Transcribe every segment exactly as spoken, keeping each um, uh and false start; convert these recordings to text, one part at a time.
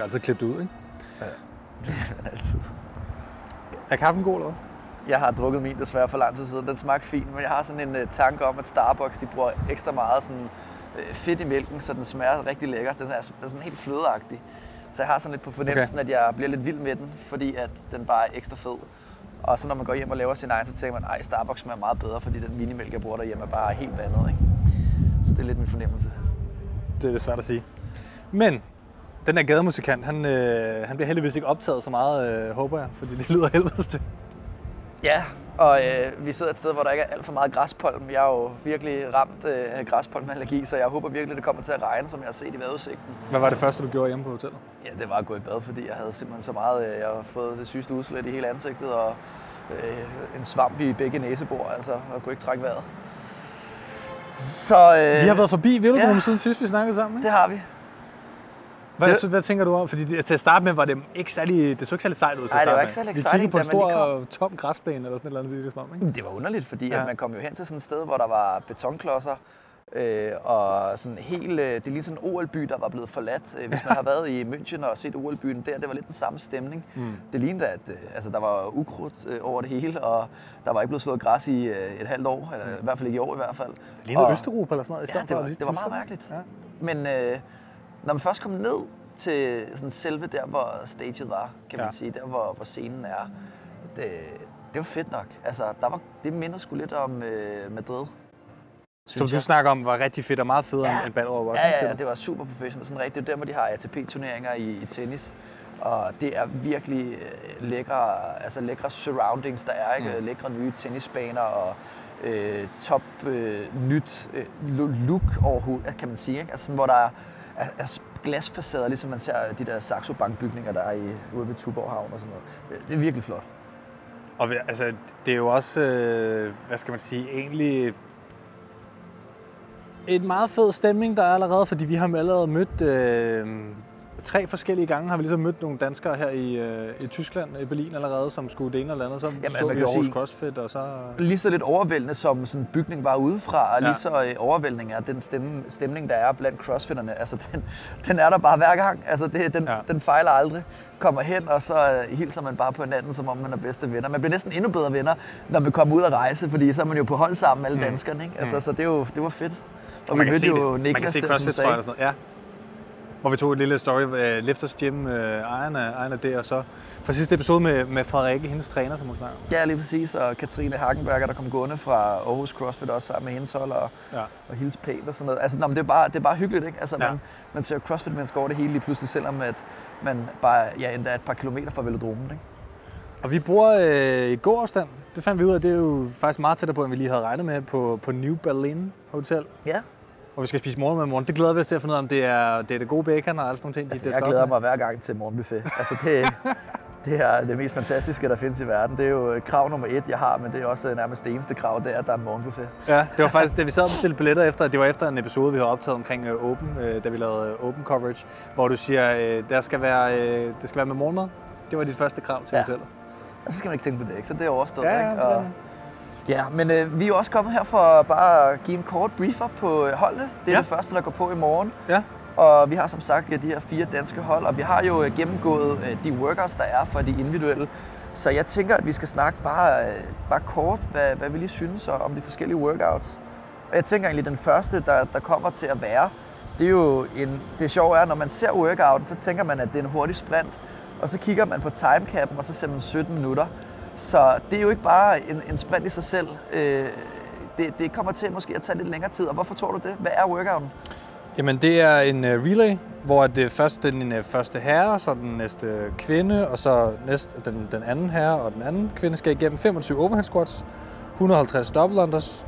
altid klippe det ud, ikke? Ja, det er altid. Er kaffen god, eller? Jeg har drukket min desværre for lang tid siden. Den smagte fint, men jeg har sådan en uh, tanke om, at Starbucks de bruger ekstra meget sådan, uh, fedt i mælken, så den smager rigtig lækker. Den er, den er sådan helt flødeagtig. Så jeg har sådan lidt på fornemmelsen, okay. at jeg bliver lidt vild med den, fordi at den bare er ekstra fed. Og så når man går hjem og laver sin egen, så tænker man, at Starbucks smager meget bedre, fordi den minimælk, jeg bruger derhjemme, er bare helt vandet. Ikke? Så det er lidt min fornemmelse. Det er det svært at sige. Men den der gademusikant, han, øh, han bliver heldigvis ikke optaget så meget, øh, håber jeg, fordi det lyder helvedes til. Ja, og øh, vi sidder et sted, hvor der ikke er alt for meget græspollen. Jeg er jo virkelig ramt øh, af græspollenallergi, så jeg håber virkelig, det kommer til at regne, som jeg har set i vejrudsigten. Hvad var det første, du gjorde hjemme på hotellet? Ja, det var at gå i bad, fordi jeg havde simpelthen så meget. Øh, jeg har fået det sygeste udslæt i hele ansigtet, og øh, en svamp i begge næsebor, altså, og kunne ikke trække vejret. Så, øh, vi har været forbi Velodromen ja, siden sidst, vi snakkede sammen, ikke? Det har vi. Hvad, det... så, hvad tænker du om? Fordi til at starte med var det ikke særlig, det så ikke særlig sejt ud. Nej, det var ikke særlig exciting. Vi kiggede på en stor kom... tom græsplæne eller sådan et eller andet video, som om, ikke? Det var underligt, fordi ja. at man kom jo hen til sådan et sted, hvor der var betonklodser, øh, og sådan helt, det er lige sådan en O L-by, der var blevet forladt. Hvis man har været i München og set O L-byen der, det var lidt den samme stemning. Mm. Det lignede, at altså, der var ukrudt øh, over det hele, og der var ikke blevet slået græs i øh, et halvt år, eller i hvert fald ikke i år i hvert fald. Det lignede og... Østeuropa eller sådan noget i stedet ja, det var, for. det var meget mærkeligt. Ja. Men øh, når man først kom ned til sådan selve der, hvor staget var, kan man ja. sige, der hvor, hvor scenen er, det, det var fedt nok. Altså, der var, det minder sgu lidt om øh, Madrid. Som du snakker om, var rigtig fedt og meget federe ja. end Ballerup også. Ja, ja, ja, det var super professionelt. Sådan rigtigt. Det er der, hvor de har A T P-turneringer i, i tennis. Og det er virkelig øh, lækre, altså lækre surroundings, der er, ikke? Mm. Lækre nye tennisbaner og øh, top øh, nyt øh, look overhovedet, kan man sige, ikke? Altså sådan, hvor der er, er, er glasfacader, ligesom man ser de der Saxo Bank-bygninger, der er i, ude ved Tuborg Havn og sådan noget. Det er virkelig flot. Og altså, det er jo også, øh, hvad skal man sige, egentlig en meget fed stemning, der er allerede, fordi vi har allerede mødt øh, tre forskellige gange, har vi ligesom mødt nogle danskere her i, øh, i Tyskland, i Berlin allerede, som skulle det ene eller andet. Så jamen, så vi Aarhus CrossFit, og så... Lige så lidt overvældende, som sådan bygning var udefra, og ja. lige så øh, overvældende er den stemme, stemning, der er blandt crossfitterne. Altså, den, den er der bare hver gang. Altså, det, den, ja. den fejler aldrig. Kommer hen, og så øh, hilser man bare på hinanden, som om man er bedste venner. Man bliver næsten endnu bedre venner, når man kommer ud at rejse, fordi så er man jo på hold sammen, alle mm. danskerne, ikke? Altså, mm. så det, er jo, det var fedt. Og man vi mødte jo det. Niklas, man kan se CrossFit-trøjer og sådan noget. Ja. Hvor vi tog et lille story, uh, Lifters Gym, uh, ejeren af det, og så fra sidste episode med, med Frederikke, hendes træner, som hun snakker om. Ja, lige præcis, og Katrine Hagenberger, der kom gående fra Aarhus CrossFit også sammen med hendes hold, og, ja. og Hills Pæt og sådan noget. Altså, nå, men det, er bare, det er bare hyggeligt, ikke? Altså, ja. man, man ser CrossFit-mennesker over det hele lige pludselig, selvom at man bare ja, endda er et par kilometer fra velodromen, ikke? Og vi bor øh, i gåafstand. Det fandt vi ud af, det er jo faktisk meget tættere på, end vi lige havde regnet med, på, på New Berlin Hotel. Ja. Og vi skal spise morgenmad i morgen. Det glæder vi os til at finde ud af, om det er det, er det gode bacon og alle sådan nogle ting. Altså, de jeg glæder mig hver gang til morgenbuffet. Altså, det, det er det mest fantastiske, der findes i verden. Det er jo krav nummer et, jeg har, men det er også nærmest det eneste krav, det er, at der er en morgenbuffet. Ja, det var faktisk det, vi sad og bestilte billetter efter. Det var efter en episode, vi havde optaget omkring uh, Open, uh, da vi lavede uh, Open coverage, hvor du siger, uh, der skal være, uh, det skal være med morgenmad. Det var dit første krav til ja. hotellet. Og så skal man ikke tænke på det, ikke? Så det er overstået, ja, ja, ikke? Og, ja, men øh, vi er jo også kommet her for bare at give en kort briefer på holdet. Det er ja. det første, der går på i morgen. Ja. Og vi har som sagt de her fire danske hold, og vi har jo gennemgået de workouts, der er for de individuelle. Så jeg tænker, at vi skal snakke bare, bare kort, hvad, hvad vi lige synes om de forskellige workouts. Og jeg tænker egentlig, at den første, der, der kommer til at være, det er jo en, det sjove er, når man ser workouten, så tænker man, at det er en hurtig sprint. Og så kigger man på timecappen, og så ser man sytten minutter. Så det er jo ikke bare en, en sprint i sig selv. Øh, det, det kommer til måske at tage lidt længere tid. Og hvorfor tror du det? Hvad er workouten? Jamen det er en uh, relay, hvor det først den uh, første herre, så den næste kvinde, og så næste, den, den anden herre og den anden kvinde skal igennem femogtyve overhead squats, et hundrede og halvtreds double unders,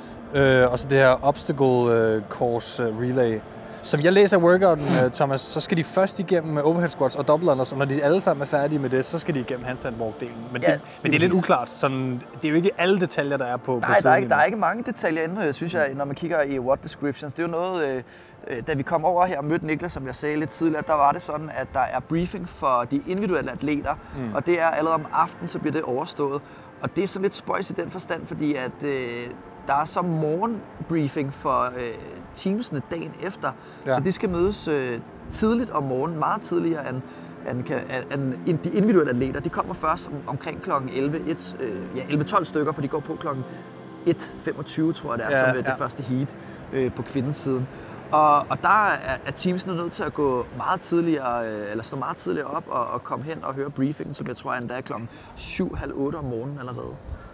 øh, og så det her obstacle uh, course uh, relay. Som jeg læser workouten, Thomas, så skal de først igennem overhead squats og double unders, og når de alle sammen er færdige med det, så skal de igennem handstand walk-delen. Men, ja, det, men det er lidt uklart. Sådan, det er jo ikke alle detaljer, der er på, Nej, på der er, ikke, der er ikke mange detaljer inde, synes jeg, når man kigger i what descriptions. Det er jo noget, øh, da vi kom over her og mødte Niklas, som jeg sagde lidt tidligere, der var det sådan, at der er briefing for de individuelle atleter, mm. og det er allerede om aftenen, så bliver det overstået. Og det er så lidt spøjs i den forstand, fordi at øh, der er så morgenbriefing for øh, teamsene dagen efter, ja. Så de skal mødes øh, tidligt om morgenen, meget tidligere end, end, end, end de individuelle atleter. De kommer først om, omkring klokken elleve, et, øh, ja, elleve tolv stykker, for de går på klokken et femogtyve, tror jeg det er, ja, som ja. det første heat øh, på kvindens siden. Og, og der er, er teamsene nødt til at gå meget tidligere, øh, eller stå meget tidligere op og, og komme hen og høre briefingen, som jeg tror er endda klokken syv, halv otte om morgenen allerede.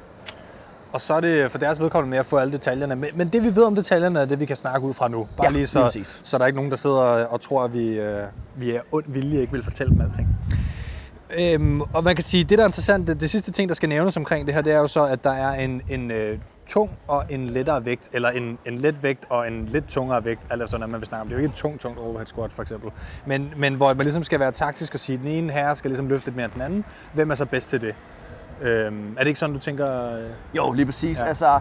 Og så er det for deres vedkommende med at få alle detaljerne. Men, men det vi ved om detaljerne er det, vi kan snakke ud fra nu. Bare ja, lige så, lige så der er ikke nogen, der sidder og tror, at vi, øh, vi er ondt villige og ikke vil fortælle dem alting. Øhm, og man kan sige, det der er interessant, det, det sidste ting, der skal nævnes omkring det her, det er jo så, at der er en, en øh, tung og en lettere vægt, eller en, en let vægt og en lidt tungere vægt, alt efter, når man vil snakke om. Det er jo ikke et tungt, tungt overhead squat, for eksempel. Men, men hvor man ligesom skal være taktisk og sige, at den ene herre skal ligesom løfte lidt mere end den anden. Hvem er så bedst til det? Øhm, er det ikke sådan, du tænker? Jo, lige præcis. Ja. Altså,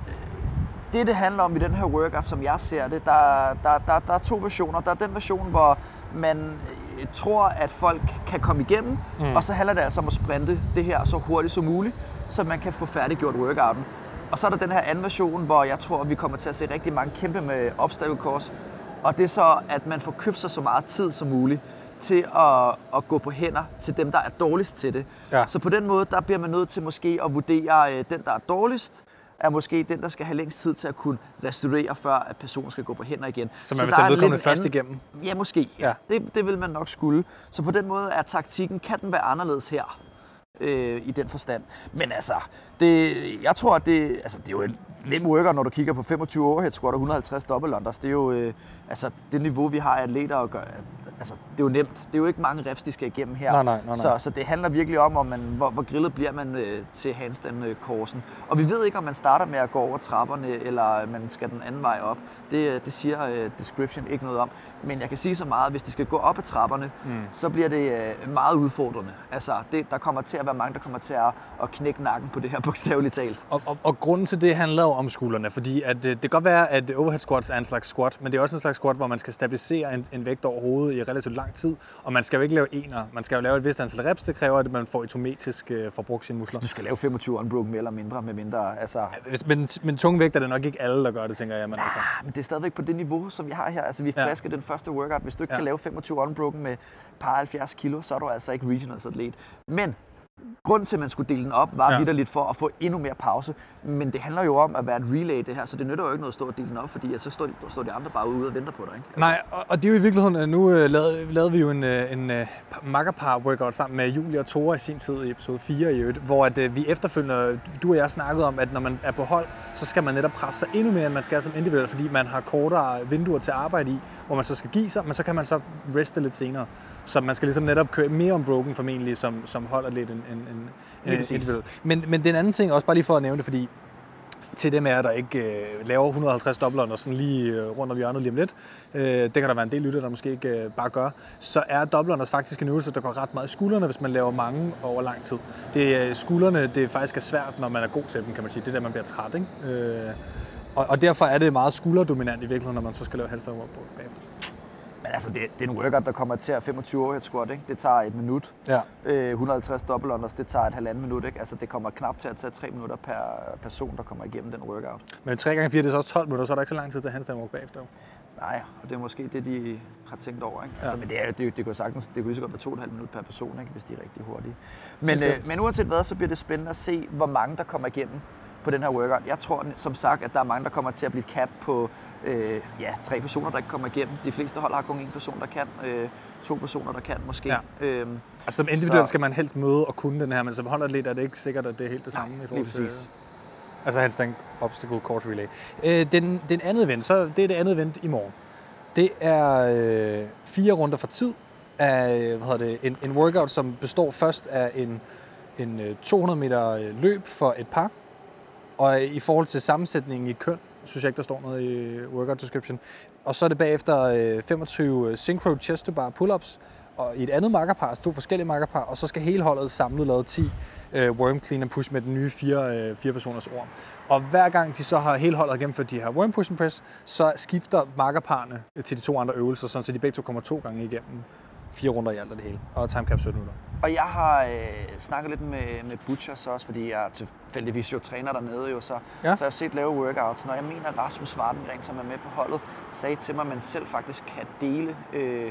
det, det handler om i den her workout, som jeg ser det, der, der, der, der er to versioner. Der er den version, hvor man tror, at folk kan komme igennem, mm. og så handler det altså om at sprinte det her så hurtigt som muligt, så man kan få færdiggjort workouten. Og så er der den her anden version, hvor jeg tror, at vi kommer til at se rigtig mange kæmpe med obstacle course, og det er så, at man får købt sig så meget tid som muligt til at, at gå på hænder til dem, der er dårligst til det. Ja. Så på den måde, der bliver man nødt til måske at vurdere, den, der er dårligst, er måske den, der skal have længst tid til at kunne restaurere, før at personen skal gå på hænder igen. Så man vil sætte vedkommende først igennem? Ja, måske. Ja. Det, det vil man nok skulle. Så på den måde er taktikken, kan den være anderledes her øh, i den forstand. Men altså, det, jeg tror, at det, altså, det er jo en nem workout, når du kigger på femogtyve overhead squat og et hundrede og halvtreds double unders. Det er jo øh, altså, det niveau, vi har af atleter at gøre. Altså, det er jo nemt. Det er jo ikke mange reps, de skal igennem her. Nej, nej, nej, nej. Så, så det handler virkelig om, om man, hvor, hvor grillet bliver man øh, til handstand-kursen. Og vi ved ikke, om man starter med at gå over trapperne, eller man skal den anden vej op. Det, det siger øh, description ikke noget om. Men jeg kan sige så meget, at hvis de skal gå op ad trapperne, mm. så bliver det øh, meget udfordrende. Altså, det, der kommer til at være mange, der kommer til at, at knække nakken på det her bogstaveligt talt. Og, og, og grunden til det handler jo om skuldrene, fordi at, det kan godt være, at overhead squats er en slags squat, men det er også en slags squat, hvor man skal stabilisere en, en vægt over hovedet i relativt lang tid, og man skal jo ikke lave ener. Man skal jo lave et vist antal reps, det kræver, at man får automatisk øh, forbrugt sine muskler. Du skal lave femogtyve unbroken mere eller mindre, med mindre, altså... Ja, men, men tunge vægt er det nok ikke alle, der gør det, tænker jeg. Men, nah, altså. men det er stadigvæk på det niveau, som jeg har her. Altså, vi er friske ja. den første workout. Hvis du ikke ja. kan lave femogtyve unbroken med par halvfjerds kilo, så er du altså ikke regionals atlet. Men grunden til, at man skulle dele den op, var ja. vitterligt for at få endnu mere pause. Men det handler jo om at være et relay, det her, så det nytter jo ikke noget at stå og dele den op, fordi så står de, står de andre bare ude og venter på dig. Ikke? Altså. Nej, og, og det er jo i virkeligheden, nu uh, lavede, lavede vi jo en, en uh, makkerpar-workout sammen med Julie og Tore i sin tid i episode fire i øvrigt, hvor at, uh, vi efterfølgende, du og jeg snakkede om, at når man er på hold, så skal man netop presse sig endnu mere, end man skal som individuel, fordi man har kortere vinduer til at arbejde i, hvor man så skal give sig, men så kan man så reste lidt senere. Så man skal ligesom netop køre mere unbroken formentlig som, som holdatlet end en, en, en individuel. Men, men den anden ting, også bare lige for at nævne det, fordi til dem er der ikke øh, laver et hundrede og halvtreds dobbelt under sådan lige øh, rundt om hjørnet lige om lidt. Øh, det kan der være en del lytter, der måske ikke øh, bare gør. Så er dobbelt unders faktisk en øvelse, der går ret meget i skuldrene, hvis man laver mange over lang tid. Det er skuldrene, det faktisk er svært, når man er god til dem, kan man sige. Det er der, man bliver træt, ikke? Øh, og, og derfor er det meget skulderdominant i virkeligheden, når man så skal lave halvstøv op bagefter. Men altså, det, det er en workout, der kommer til at femogtyve overhead squat, ikke? Det tager et minut. Ja. Øh, et hundrede og halvtreds double unders, det tager et halvanden minut, ikke? Altså, det kommer knap til at tage tre minutter per person, der kommer igennem den workout. Men tre gange fire, det er så også tolv minutter, så er der ikke så lang tid til handstand walk bagefter. Nej, og det er måske det, de har tænkt over, ikke? Ja. Altså, men det, er, det, det, kan sagtens, det kan lige så godt være to og et halvt minut per person, ikke? Hvis de er rigtig hurtige. Men, øh, men uanset hvad, så bliver det spændende at se, hvor mange der kommer igennem på den her workout. Jeg tror som sagt, at der er mange, der kommer til at blive cap på øh, ja, tre personer, der ikke kommer igennem. De fleste hold har kun en person, der kan. Øh, to personer, der kan måske. Ja. Øhm, altså som individuelt så... skal man helst møde og kunne den her, men som holdatlet er det ikke sikkert, at det er helt det samme. Nej, i forhold til, altså handstand obstacle course relay. Øh, den, den andet event, så det er det andet event i morgen. Det er øh, fire runder for tid af hvad hedder det, en, en workout, som består først af en, en to hundrede meter løb for et par. Og i forhold til sammensætningen i køn, synes jeg ikke, der står noget i workout description. Og så er det bagefter femogtyve synchro chest to bar pull-ups, og i et andet makkerpar, to forskellige makkerpar, og så skal hele holdet samlet lave ti uh, worm clean and push med den nye fire, uh, fire personers orm. Og hver gang de så har hele holdet gennemført de her worm push and press, så skifter makkerparerne til de to andre øvelser, så de begge to kommer to gange igennem. Fire runder i alt af det hele, og time cap sytten minutter. Og jeg har øh, snakket lidt med, med Butchers også, fordi jeg tilfældigvis jo træner dernede jo, så, ja. så jeg har set lave workouts. Når jeg mener, at Rasmus Vardengren, som er med på holdet, sagde til mig, at man selv faktisk kan dele øh,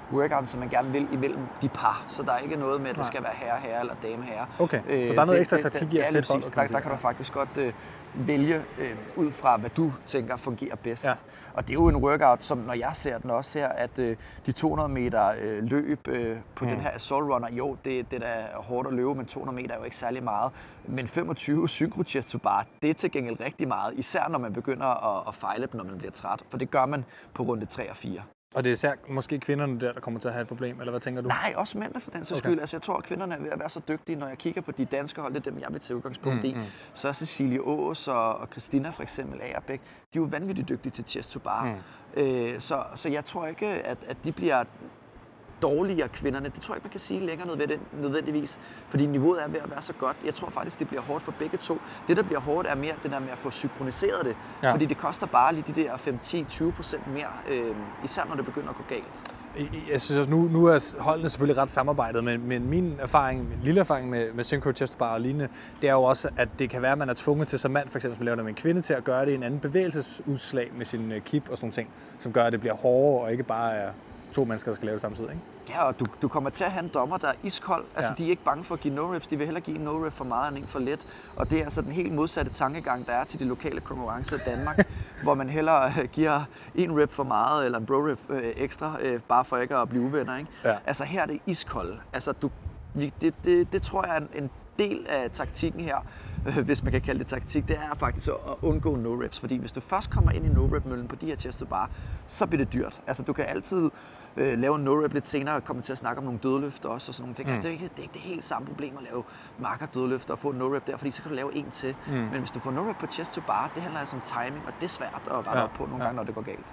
workouten, som man gerne vil imellem de par. Så der er ikke noget med, at det skal være herre, herre eller dame, herre. Okay, øh, så der er noget det, ekstra taktik i at sætte hold? Der, der kan du faktisk godt øh, vælge øh, ud fra, hvad du tænker fungerer bedst. Ja. Og det er jo en workout, som når jeg ser den også her, at øh, de to hundrede meter øh, løb øh, på mm. den her Assault Runner, jo, det, det er da hårdt at løbe, men to hundrede meter er jo ikke særlig meget. Men femogtyve synchro chest to bar, det er til gengæld rigtig meget, især når man begynder at, at fejle dem, når man bliver træt. For det gør man på runde tre og fire. Og det er især måske kvinderne der, der kommer til at have et problem, eller hvad tænker du? Nej, også mændene for den sags okay. skyld. Altså, jeg tror, at kvinderne er ved at være så dygtige, når jeg kigger på de danske hold, det er dem, jeg vil tage udgangspunkt i. Mm, mm. Så er Cecilie Aas og, og Christina for eksempel, Agerbæk, de er jo vanvittigt dygtige til chest to bar. Mm. Øh, så, så jeg tror ikke, at, at de bliver dårligere kvinderne. Det tror jeg ikke, man kan sige længere nødvendigvis, fordi niveauet er ved at være så godt. Jeg tror faktisk, det bliver hårdt for begge to. Det, der bliver hårdt, er mere det der med at få synkroniseret det, ja. Fordi det koster bare lige de der fem, ti, tyve procent mere, øh, især når det begynder at gå galt. Jeg synes også, nu, nu er holdene selvfølgelig ret samarbejdet, men, men min erfaring, min lille erfaring med, med synchro chest bar og lignende, det er jo også, at det kan være, at man er tvunget til som mand, for eksempel, hvis man laver det med en kvinde, til at gøre det i en anden bevægelsesudslag med sin kip og sådan nogle ting, som gør, at det bliver hårdere og ikke bare er to mennesker, der skal lave det samtidig, ikke? Ja, og du, du kommer til at have en dommer, der er iskold. Altså, ja. De er ikke bange for at give no-reps. De vil hellere give en no-rep for meget end en for let. Og det er altså den helt modsatte tankegang, der er til de lokale konkurrencer i Danmark, hvor man hellere giver en rep for meget eller en bro-rep øh, ekstra, øh, bare for ikke at blive uvenner, ikke? Ja. Altså, her er det iskold. Altså, du, det, det, det tror jeg er en, en del af taktikken her, øh, hvis man kan kalde det taktik, det er faktisk at undgå no-reps. Fordi hvis du først kommer ind i no-rep-møllen på de her chest to bar, så bliver det dyrt. Altså, du kan altid øh, lave en no-rep lidt senere og komme til at snakke om nogle dødløfter også og sådan nogle ting. Mm. Altså, det, er ikke, det er ikke det helt samme problem at lave marker dødløfter og få en no-rep der, fordi så kan du lave en til. Mm. Men hvis du får no-rep på chest to bar, det handler altså om timing, og det er svært at rette ja. op på nogle ja. gange, når det går galt.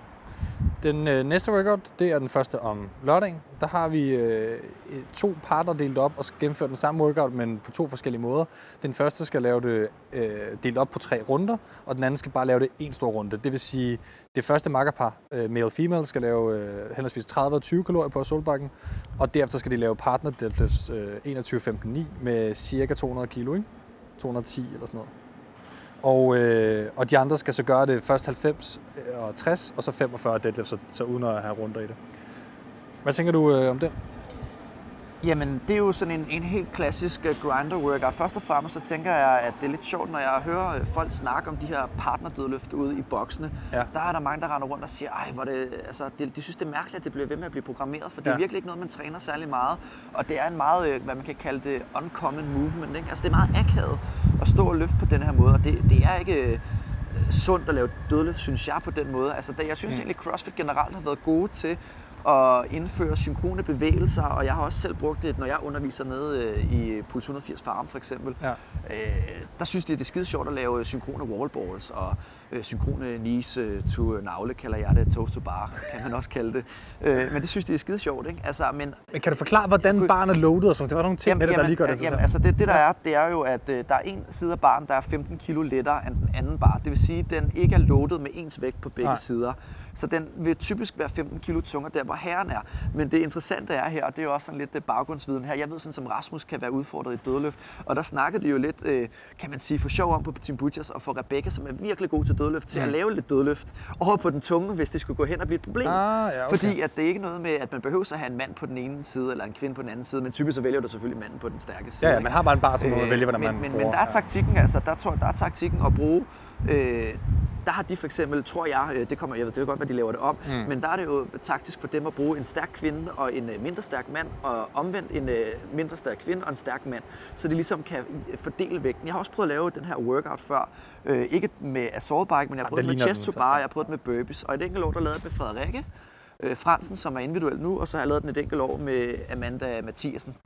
Den øh, næste workout, det er den første om lørdagen. Der har vi øh, to parter delt op og skal gennemføre den samme workout, men på to forskellige måder. Den første skal lave det øh, delt op på tre runder, og den anden skal bare lave det en stor runde. Det vil sige, det første makkerpar, øh, male-female, skal lave øh, henholdsvis tredive og tyve kalorier på solbakken, og derefter skal de lave partner deadlifts øh, enogtyve femten ni med cirka to hundrede kilo, ikke? to hundrede og ti eller sådan noget. Og, øh, og de andre skal så gøre det først halvfems og tres, og så femogfyrre deadlift, så, så uden at have runder i det. Hvad tænker du øh, om det? Jamen, det er jo sådan en, en helt klassisk grinder workout. Først og fremmest så tænker jeg, at det er lidt sjovt, når jeg hører folk snakke om de her partnerdødløft ude i boksene. Ja. Der er der mange, der render rundt og siger, ej, hvor det, altså, det, de synes, det er mærkeligt, at det bliver ved med at blive programmeret, for det er ja. virkelig ikke noget, man træner særlig meget. Og det er en meget, hvad man kan kalde det, uncommon movement, ikke? Altså, det er meget akavet at stå og løfte på den her måde, og det, det er ikke sundt at lave dødløft, synes jeg, på den måde. Altså, det, jeg synes mm. egentlig, CrossFit generelt har været gode til og indføre synkrone bevægelser, og jeg har også selv brugt det, når jeg underviser nede øh, i Puls et hundrede og firs Farm for eksempel. Ja. Øh, der synes de, det er skide sjovt at lave synkrone wallballs og øh, synkrone knees to navle, kalder jeg det, toes to bar, kan man også kalde det. Øh, men det synes de er skide sjovt, ikke? Altså, men, men kan du forklare, hvordan barn er loadet og sådan? Det var nogle ting jamen, med det, der jamen, lige gør det til jamen, altså det, det der er, det er jo, at øh, der er en side af barn, der er femten kilo lettere end den anden bar. Det vil sige, at den ikke er loadet med ens vægt på begge Nej. sider. Så den vil typisk være femten kilo tungere der, hvor herren er. Men det interessante er her, og det er jo også sådan lidt det baggrundsviden her. Jeg ved sådan, som Rasmus kan være udfordret i dødløft. Og der snakkede de jo lidt, øh, kan man sige, for sjov om på Team Butchers og for Rebecca, som er virkelig god til dødløft, til mm. at lave lidt dødløft over på den tunge, hvis det skulle gå hen og blive et problem. Ah, ja, okay. Fordi at det er ikke noget med, at man behøver at have en mand på den ene side, eller en kvinde på den anden side, men typisk så vælger du selvfølgelig manden på den stærke side. Ja, ja, man har bare en bar, som øh, man vælger, hvordan men, man men, bruger. Men der er taktikken, altså, der, tror, der er taktikken at bruge. Øh, der har de for eksempel, tror jeg, det kommer, jeg ved det er godt, hvad de laver det om, mm. men der er det jo taktisk for dem at bruge en stærk kvinde og en mindre stærk mand, og omvendt en mindre stærk kvinde og en stærk mand, så de ligesom kan fordele vægten. Jeg har også prøvet at lave den her workout før, øh, ikke med assault bike, men jeg har prøvet ja, med chest to bar, jeg har prøvet med burpees, og et enkelt år, der lavede jeg med Frederikke øh, Fransen, som er individuel nu, og så har jeg lavet den et enkelt år med Amanda Mathiasen.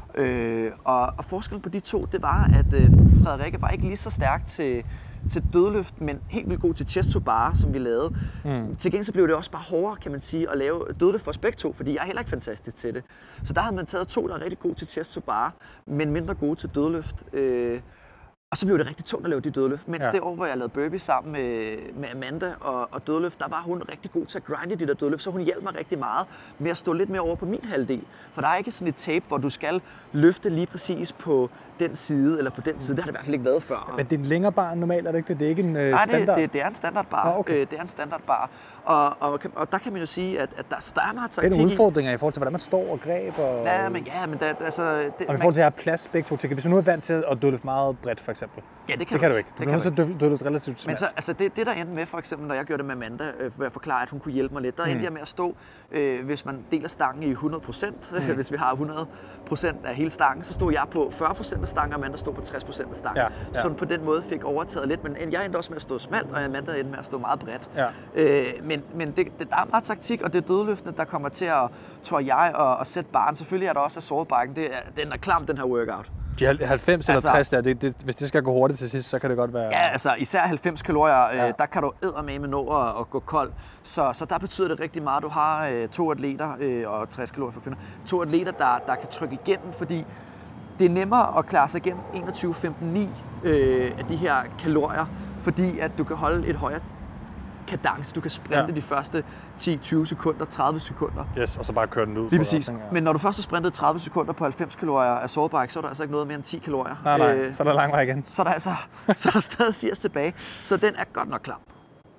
Øh, og, og forskellen på de to, det var, at øh, Frederikke var ikke lige så stærk til til dødløft, men helt vildt god til chest to bar, som vi lavede. Mm. Til gengæld så blev det også bare hårdere, kan man sige, at lave dødløft for os begge to, fordi jeg er heller ikke fantastisk til det. Så der havde man taget to, der er rigtig gode til chest to bar, men mindre gode til dødløft. Øh, og så blev det rigtig tungt at lave de dødløft. Mens ja. det år, hvor jeg lavede burpee sammen med, med Amanda og, og dødløft, der var hun rigtig god til at grinde de der dødløft, så hun hjalp mig rigtig meget med at stå lidt mere over på min halvdel. For der er ikke sådan et tape, hvor du skal løfte lige præcis på den side eller på den side. Det har det i hvert fald ikke været før. Men det er en længere bar end normalt, er det ikke det? Det er ikke en uh, Nej, standard? Nej, det, det, det er en standardbar. Ah, okay. Det er en standardbar. Og, og, og der kan man jo sige, at, at der, der er meget taktik. Det er nogle udfordringer i forhold til, hvordan man står og greb. Og, ja, men, ja, men der, altså... Det, og i forhold til at have plads begge to til. Hvis man nu er vant til at dødløfte meget bredt, for eksempel. Ja, det kan, det kan du ikke. Du kan nødt til at dødløfte relativt smalt. Men så, altså det, det, der endte med, for eksempel, når jeg gjorde det med Amanda, øh, ved at forklare, at hun kunne hjælpe mig lidt, der mm. endte jeg med at stå, øh, hvis man deler stangen i hundrede procent, mm. hvis vi har hundrede procent af hele stangen, så stod jeg på fyrre procent af stangen, og Amanda stod på tres procent af stangen. Ja, ja. Så på den måde fik overtaget lidt, men jeg endte også med at stå smalt, og Amanda endte med at stå meget bredt. Ja. Øh, men men det, det, der er meget taktik, og det er dødløftende, der kommer til at, tror jeg, at, at sætte barren. Selvfølgelig er der også assaultbiken, det er, den er klam, den her workout. De halvfems altså, eller tres der, det, det, hvis det skal gå hurtigt til sidst, så kan det godt være... Ja, altså især halvfems kalorier, ja. øh, der kan du eddermame nå at, at gå kold. Så, så der betyder det rigtig meget, at du har øh, to atleter, øh, og tres kalorier for kvinder, to atleter, der, der kan trykke igennem, fordi det er nemmere at klare sig igennem enogtyve femten ni øh, af de her kalorier, fordi at du kan holde et højere kadence. Du kan sprinte ja. de første ti tyve sekunder, tredive sekunder. Yes, og så bare køre den ud. Lige præcis. Resten, ja. Men når du først har sprintet tredive sekunder på halvfems kalorier af assaultbike, så er der altså ikke noget mere end ti kalorier. Nej, nej. Øh, så er der lang vej igen. Så er der altså så er der stadig firs tilbage. Så den er godt nok klam.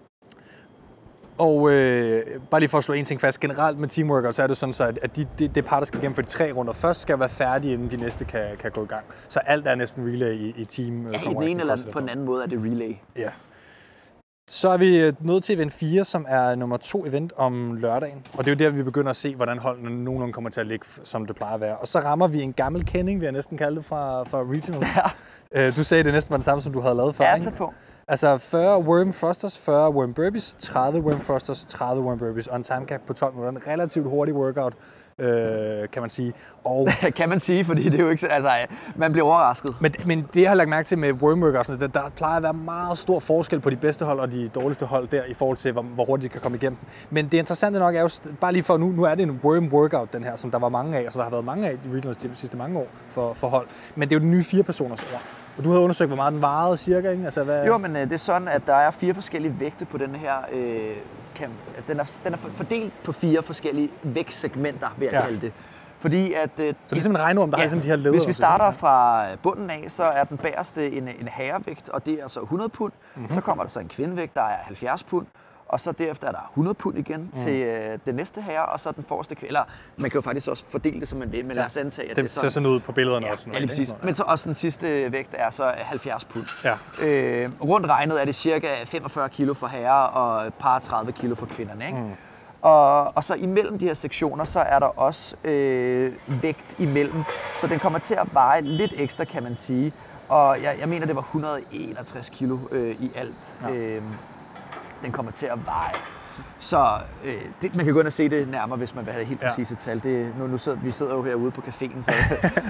Og øh, bare lige for at slå en ting fast, generelt med teamworkout, så er det sådan, så at de, de, det par, der skal gennemføre de tre runder først, skal være færdige, inden de næste kan, kan gå i gang. Så alt er næsten relay i, i team. Ja, i den ene eller på den anden måde er det relay. Ja. Så er vi nået til event fire, som er nummer to event om lørdagen. Og det er jo der, vi begynder at se, hvordan holdene nogenlunde kommer til at ligge, som det plejer at være. Og så rammer vi en gammel kending, vi har næsten kaldt det fra, fra Regionals. Ja. Du sagde, det næsten var det samme, som du havde lavet før. Ja, tæt på. Altså fyrre worm thrusters, fyrre worm burpees, tredive worm thrusters, tredive worm burpees og en time cap på tolv minutter. En relativt hurtig workout, øh, kan man sige. Og kan man sige, fordi det er jo ikke... Altså, man bliver overrasket. Men, men det, jeg har lagt mærke til med worm workouts, der, der plejer at være meget stor forskel på de bedste hold og de dårligste hold der, i forhold til, hvor, hvor hurtigt de kan komme igennem. Men det interessante nok er jo, bare lige for nu, nu er det en worm workout, den her, som der var mange af, og så der har været mange af i regionals de sidste mange år for, for hold. Men det er jo den nye fire personers ord. Og du havde undersøgt, hvor meget den varede cirka, ikke? Altså, hvad... Jo, men øh, det er sådan, at der er fire forskellige vægte på den her... Øh, kan, den, er, den er fordelt på fire forskellige vægtsegmenter, vil jeg ja. kalde det. Fordi at... Øh, så det er ligesom en regnorm, der ja, har ligesom de her leder. Hvis vi starter fra bunden af, så er den bagerste en, en herrevægt, og det er så hundrede pund. Mm-hmm. Så kommer der så en kvindevægt, der er halvfjerds pund. Og så derefter er der hundrede pund igen mm. til øh, den næste herre, og så den forreste kvinde. Eller man kan jo faktisk også fordele det, som man vil, men lad os antage, at det, det ser sådan ud på billederne ja, også. Ja, lige præcis. Men så også den sidste vægt er så halvfjerds pund. Ja. Øh, rundt regnet er det cirka femogfyrre kilo for herrer og et par tredive kilo for kvinderne. Ikke? Mm. Og, og så imellem de her sektioner, så er der også øh, vægt imellem. Så den kommer til at veje lidt ekstra, kan man sige. Og jeg, jeg mener, det var et hundrede og enogtres kilo øh, i alt. Ja. Øh, den kommer til at veje. Så øh, det, man kan gå ind og se det nærmere, hvis man vil have helt præcise ja. tal. Det, nu, nu sidder, vi sidder jo herude på caféen. Så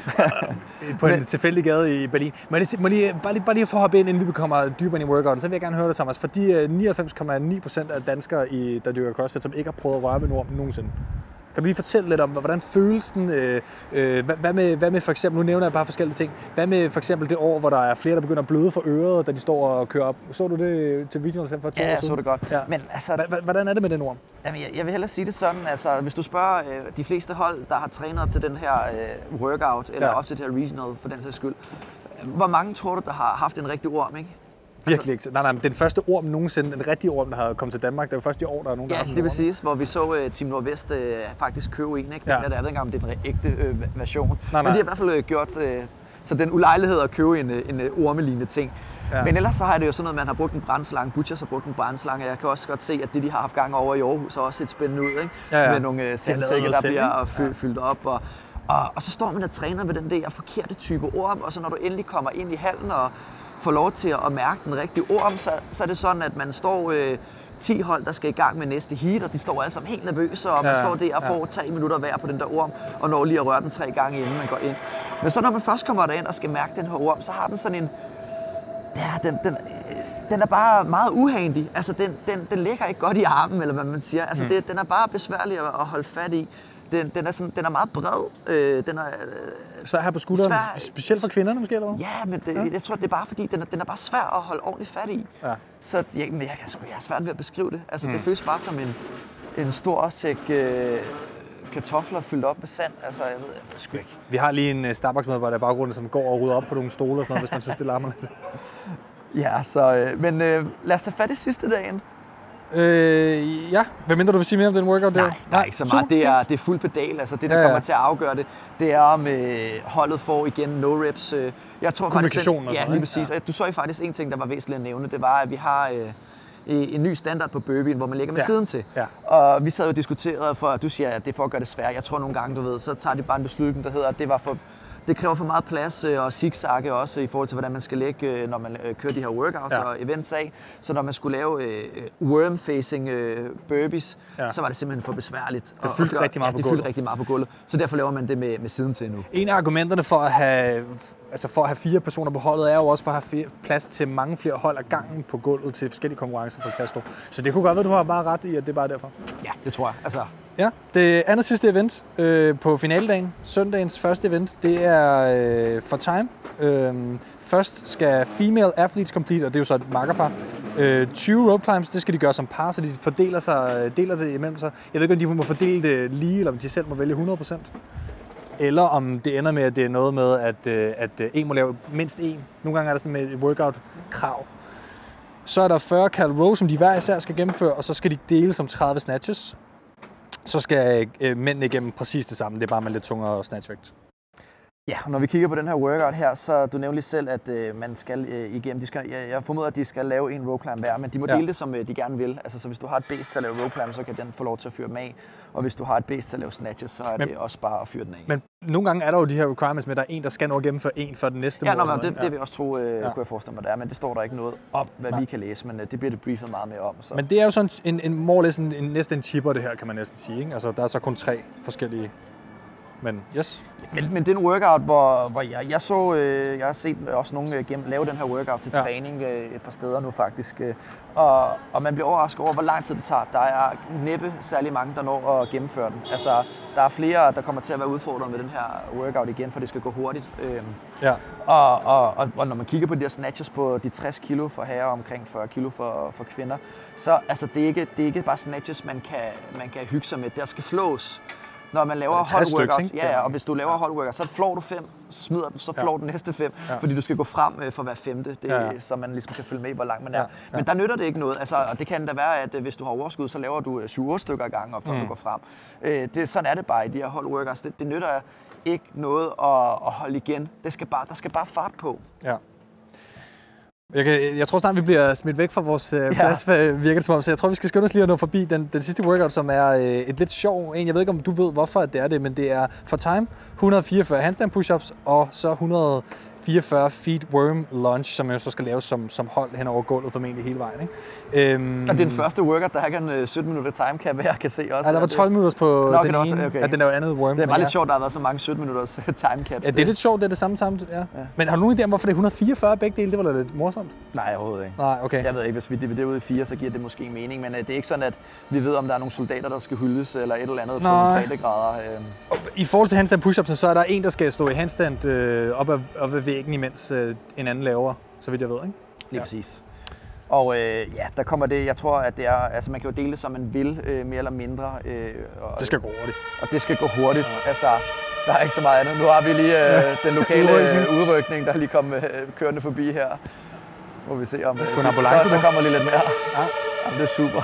på en tilfældig gade i Berlin. Men det, må lige, bare, lige, bare lige for at hoppe ind, inden vi kommer dybere ind i workouten, så vil jeg gerne høre dig, Thomas. For de nioghalvfems komma ni procent af danskere, i, der dyrker CrossFit, som ikke har prøvet at røre ved Norden nogensinde. Kan du lige fortælle lidt om, hvordan føles den? Øh, øh, hvad, hvad, med, hvad med for eksempel, nu nævner jeg bare forskellige ting. Hvad med for eksempel det år, hvor der er flere, der begynder at bløde for øret, da de står og kører op? Så du det til videoen for to år siden? Ja, jeg så det godt. Ja. Men altså, hvordan er det med den ord? Jamen, jeg, jeg vil hellere sige det sådan, altså hvis du spørger øh, de fleste hold, der har trænet op til den her øh, workout, eller ja. op til det her regional for den sags skyld, hvor mange tror du, der har haft en rigtig orm, ikke? Virkelig ikke. Nej, nej, men den første orm nogensinde, den rigtige orm, der har kommet til Danmark, det var først i år, der er nogen, der ja, har haft det vil sige, hvor vi så uh, Team Nordvest uh, faktisk købe en, ikke? Men ja. jeg ved ikke, om det er den ægte uh, version. Nej, nej. Men de har i hvert fald uh, gjort uh, så den ulejlighed at købe en, en uh, ormelignende ting. Ja. Men ellers så har det jo sådan noget, man har brugt en brandslange, Butchers har brugt en brandslange, og jeg kan også godt se, at det, de har haft gang over i Aarhus, har også set spændende ud, ikke? Ja, ja. Med nogle uh, sandsække, der bliver fy- ja. fyldt op. Og, og, og så står man og træner med den der forkerte type orm, og så når du endelig kommer ind i hallen og får lov til at mærke den rigtige orm, så, så er det sådan, at man står øh, ti hold, der skal i gang med næste heat, og de står alle sammen helt nervøse, og man ja, står der og får tre minutter hver på den der orm, og når lige at røre den tre gange, inden man går ind. Men så når man først kommer derind og skal mærke den her orm, så har den sådan en... Ja, den, den, den er bare meget uhandig. Altså, den, den, den ligger ikke godt i armen, eller hvad man siger. Altså, mm. det, den er bare besværlig at, at holde fat i. Den, den, er sådan, den er meget bred. Øh, den er, øh, så her på skulderen, svær, specielt for kvinderne måske, eller hvad? Ja, men det, ja. jeg tror, det er bare fordi, den er, den er bare svær at holde ordentligt fat i. Ja. Så jeg, men jeg, jeg, jeg er svært ved at beskrive det. Altså, mm. det føles bare som en, en stor sæk øh, kartofler fyldt op med sand. Altså, jeg ved jeg sgu ikke. Vi har lige en Starbucks-medarbejder i baggrunden, som går og rydder op på nogle stole og sådan noget, hvis man synes, det larmer lidt. Ja, så, øh, men øh, lad os tage fat i sidste dagen. Øh, ja. Hvad mindre du vil sige mere om den workout der? Nej, nej, ikke så meget. Det er, det er fuld pedal. Altså det, der ja, ja. kommer til at afgøre det, det er om øh, holdet får igen no reps. Øh, jeg tror faktisk, den, ja, lige præcis. Ja. Du så faktisk en ting, der var væsentligt at nævne. Det var, at vi har øh, en ny standard på burpeen, hvor man ligger med ja. siden til. Ja. Og vi sad jo og diskuterede, for at du siger, at det er for at gøre det svært. Jeg tror nogle gange, du ved, så tager de bare en beslutning, der hedder, at det var for... Det kræver for meget plads og zigzagge også i forhold til, hvordan man skal lægge, når man kører de her workouts ja. og events af. Så når man skulle lave uh, worm-facing uh, burpees, ja. så var det simpelthen for besværligt. Det fyldte og, rigtig meget ja, på det gulvet. fyldte rigtig meget på gulvet. Så derfor laver man det med, med siden til nu. En af argumenterne for at have, altså for at have fire personer på holdet er jo også for at have plads til mange flere hold ad gangen på gulvet til forskellige konkurrencer for Castro. Så det kunne godt være, du har bare ret i, at det er bare derfor. Ja, det tror jeg. Altså, Ja, det andet sidste event øh, på finaledagen, søndagens første event, det er øh, for time. Øh, først skal female athletes complete, og det er jo så et makkerpar. Øh, tyve rope climbs, det skal de gøre som par, så de fordeler sig, deler det imellem sig. Jeg ved ikke, om de må fordele det lige, eller om de selv må vælge hundrede procent. Eller om det ender med, at det er noget med, at, at en må lave mindst en. Nogle gange er der sådan med et workout-krav. Så er der fyrre cal row, som de hver især skal gennemføre, og så skal de dele som tredive snatches. Så skal øh, mændene igennem præcis det samme, det er bare med lidt tungere snatchvægt. Ja, og når vi kigger på den her workout her, så du nævnte lige selv, at øh, man skal øh, igennem, de skal, jeg, jeg formoder, at de skal lave en row climb hver, men de må ja. dele det, som øh, de gerne vil. Altså, så hvis du har et base til at lave row climb, så kan den få lov til at fyre dem af, og hvis du har et base til at lave snatches, så er men, det også bare at fyre den af. Men nogle gange er der jo de her requirements med, at der er en, der skal nå at gennemføre en for den næste ja, måned. Ja, det, det vil jeg også tro, øh, ja. kunne jeg forestille mig, der er, men det står der ikke noget om, hvad Nej. vi kan læse, men øh, det bliver det briefet meget mere om. Så. Men det er jo sådan en, en more or less en, en, næsten en chipper, det her, kan man næsten sige, ikke? Altså, der er så kun tre forskellige. Men yes. Men, men det er en workout, hvor, hvor jeg, jeg så, øh, jeg har set også nogen øh, gennem, lave den her workout til ja. træning øh, et par steder nu faktisk. Øh, og, og man bliver overrasket over, hvor lang tid det tager. Der er næppe særlig mange, der når at gennemføre den. Altså, der er flere, der kommer til at være udfordret med den her workout igen, for det skal gå hurtigt. Øh, ja. og, og, og, og når man kigger på de her snatches på de tres kilo for herrer og omkring fyrre kilo for, for kvinder, så altså, det, er ikke, det er ikke bare snatches, man kan, man kan hygge sig med. Der skal flås. Når man laver hold workouts, ja, ja, og hvis du laver hold workouts, så flår du fem, smider den, så flår ja. den næste fem, ja. fordi du skal gå frem øh, for hver femte, det, ja, ja. så man ligesom kan følge med, hvor langt man er. Ja, ja. Men der nytter det ikke noget, altså, og det kan da være, at øh, hvis du har overskud, så laver du syv otte stykker ad gangen, og før mm. du går frem. Øh, det, sådan er det bare i de her hold workouts, det, det nytter ikke noget at, at holde igen, det skal bare, der skal bare fart på. Ja. Jeg, kan, jeg tror snart, vi bliver smidt væk fra vores øh, plads, ja. virker det som om. Så jeg tror, vi skal skynde os lige at nå forbi den, den sidste workout, som er øh, et lidt sjov en. Jeg ved ikke, om du ved, hvorfor det er det, men det er for time, et hundrede og fireogfyrre handstand push-ups og så et hundrede og fireogfyrre feet worm lunge, som jo så skal laves som, som hold hen over gulvet formentlig hele vejen. Ikke? Øhm, og det er den første workout, der har en sytten minutter time cap, jeg kan se også. Ja, der var tolv minutter på Nå, den okay, ene, okay. at den er jo andet worm. Det er bare lidt ja. sjovt, der har været så mange sytten minutters time caps. Ja, det er lidt sjovt, det er det samme time, ja. ja. Men har du nogen idé om, hvorfor det er et hundrede og fireogfyrre begge dele? Det var da lidt morsomt. Nej, overhovedet ikke. Nej, okay. Jeg ved ikke, hvis vi dividerer ud i fire, så giver det måske mening, men det er ikke sådan, at vi ved, om der er nogle soldater, der skal hyldes eller et eller andet Nej. på nogle breddegrader. I forhold til handstand push-ups, så er der en, der skal stå i handstand øh, op, ad, op ad væggen, imens øh, en anden laver, så vidt jeg ved, ikke? Lige ja. præcis. Og øh, ja, der kommer det, jeg tror, at det er, altså man kan jo dele det, som man vil, øh, mere eller mindre. Øh, og, det skal gå hurtigt. Og det skal gå hurtigt, ja. altså, der er ikke så meget andet. Nu har vi lige øh, den lokale udrykning. udrykning, der lige kom øh, kørende forbi her. Må vi se, om øh, der, ambulance, der kommer lige lidt mere. Ja. Jamen, det er super.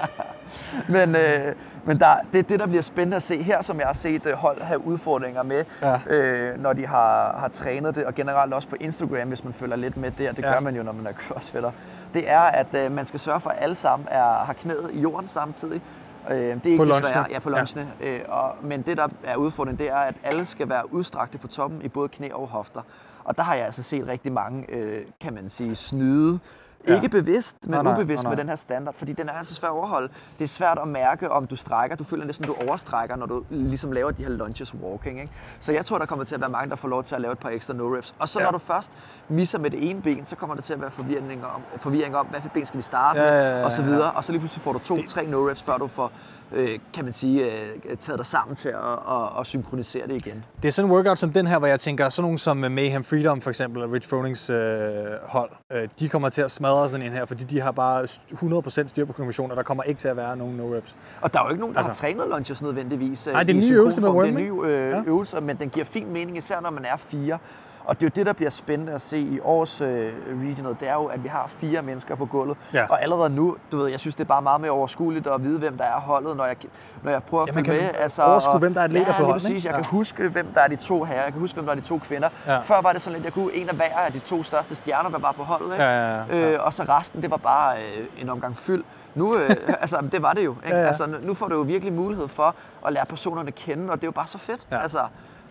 men øh, men der, det er det, der bliver spændende at se her, som jeg har set hold have udfordringer med, ja. øh, når de har, har trænet det, og generelt også på Instagram, hvis man følger lidt med der. Det ja. gør man jo, når man er crossfitter. Det er, at øh, man skal sørge for, at alle sammen er, har knæet i jorden samtidig. Øh, det er ikke på det svære, ja, på lunchene. Ja. Øh, og, men det, der er udfordringen, det er, at alle skal være udstrakte på toppen i både knæ og hofter. Og der har jeg altså set rigtig mange, øh, kan man sige, snyde. Ja. Ikke bevidst, men nej, nej, ubevidst nej, nej. med den her standard, fordi den er altså svær at overholde. Det er svært at mærke, om du strækker. Du føler næsten, at du overstrækker, når du ligesom laver de her lunges walking. Ikke? Så jeg tror, der kommer til at være mange, der får lov til at lave et par ekstra no-reps. Og så ja. når du først misser med det ene ben, så kommer der til at være forvirring om, forvirring om hvad for ben skal vi starte med, ja, ja, ja, ja. og så videre. Og så lige pludselig får du to, tre no-reps, før du får Øh, kan man sige, øh, taget dig sammen til at, at, at synkronisere det igen. Det er sådan en workout som den her, hvor jeg tænker, sådan nogen som Mayhem Freedom for eksempel, og Rich Fronings øh, hold, øh, de kommer til at smadre sådan en her, fordi de har bare hundrede procent styr på kombinationer, der kommer ikke til at være nogen no-reps. Og der er jo ikke nogen, der altså, har trænet lunges nødvendigvis. Nej, det er en ny øvelse med worm, Det er en ny øh, ja. øvelse, men den giver fin mening, især når man er fire. Og det er jo det, der bliver spændende at se i års øh, regional, det er jo, at vi har fire mennesker på gulvet. Ja. Og allerede nu, du ved, jeg synes, det er bare meget mere overskueligt at vide, hvem der er holdet, når jeg, når jeg prøver at følge med. Altså, overskue, hvem der er atleter ja, på holdet. Præcis. Jeg ja. kan huske, hvem der er de to herrer, jeg kan huske, hvem der er de to kvinder. Ja. Før var det sådan lidt, jeg kunne en af hver af de to største stjerner, der var på holdet, ikke? Ja, ja, ja. Øh, og så resten, det var bare øh, en omgang fyld. Nu, øh, altså, det var det jo. Ikke? Ja, ja. Altså, nu får du jo virkelig mulighed for at lære personerne kende, og det er jo bare så fedt. Ja. Altså.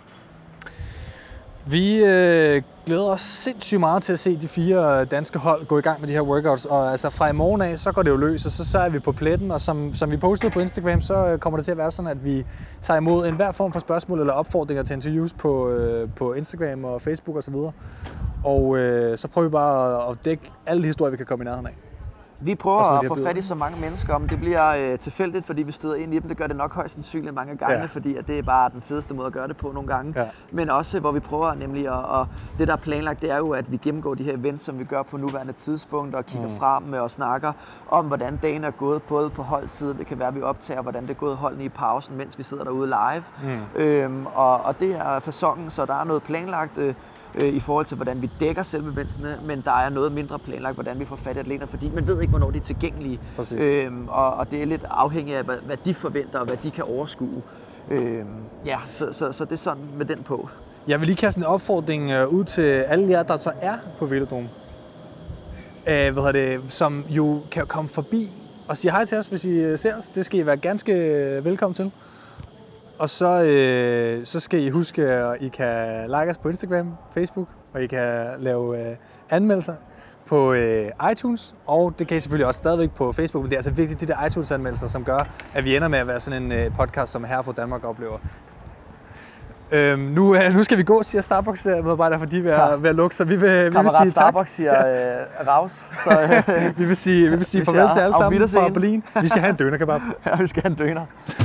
Vi øh, glæder os sindssygt meget til at se de fire danske hold gå i gang med de her workouts, og altså fra i morgen af, så går det jo løs, og så, så er vi på pletten, og som, som vi postede på Instagram, så kommer det til at være sådan, at vi tager imod enhver form for spørgsmål eller opfordringer til interviews på, øh, på Instagram og Facebook osv. Og, og øh, så prøver vi bare at, at dække alle de historier, vi kan komme i nærheden af. Vi prøver at få fat i så mange mennesker, om det bliver øh, tilfældigt, fordi vi støder ind i dem. Det gør det nok højst sandsynligt mange gange, ja. fordi at det er bare den fedeste måde at gøre det på nogle gange. Ja. Men også, hvor vi prøver nemlig, at, og det der er planlagt, det er jo, at vi gennemgår de her events, som vi gør på nuværende tidspunkt, og kigger mm. frem og snakker om, hvordan dagen er gået, både på holdsiden. Det kan være, at vi optager, hvordan det er gået holdene i pausen, mens vi sidder derude live. Mm. Øhm, og, og det er fasongen, så der er noget planlagt, øh, i forhold til, hvordan vi dækker selve eventsene, men der er noget mindre planlagt, hvordan vi får fat i atleter, fordi man ved ikke, hvornår de er tilgængelige. Øhm, og, og det er lidt afhængigt af, hvad, hvad de forventer, og hvad de kan overskue. Øhm, ja, så, så, så det er sådan med den på. Jeg vil lige kaste en opfordring ud til alle jer, der så er på Velodrome, øh, hvad det, som jo kan komme forbi og sige hej til os, hvis I ser os. Det skal I være ganske velkommen til. Og så, øh, så skal I huske, at I kan like os på Instagram, Facebook, og I kan lave øh, anmeldelser på øh, iTunes, og det kan I selvfølgelig også stadigvæk på Facebook, men det er altså vigtigt, de der iTunes-anmeldelser, som gør, at vi ender med at være sådan en øh, podcast, som Herre for Danmark oplever. Øhm, nu, øh, nu skal vi gå, siger Starbucks-medarbejder, fordi vi er ved at lukke, så vi vil, vi vil sige Starbucks siger øh, raus. Så, øh, vi vil sige, vi vil sige vi farvel til alle sammen fra Berlin. Vi skal have en dønerkebab. Ja, vi skal have en døner.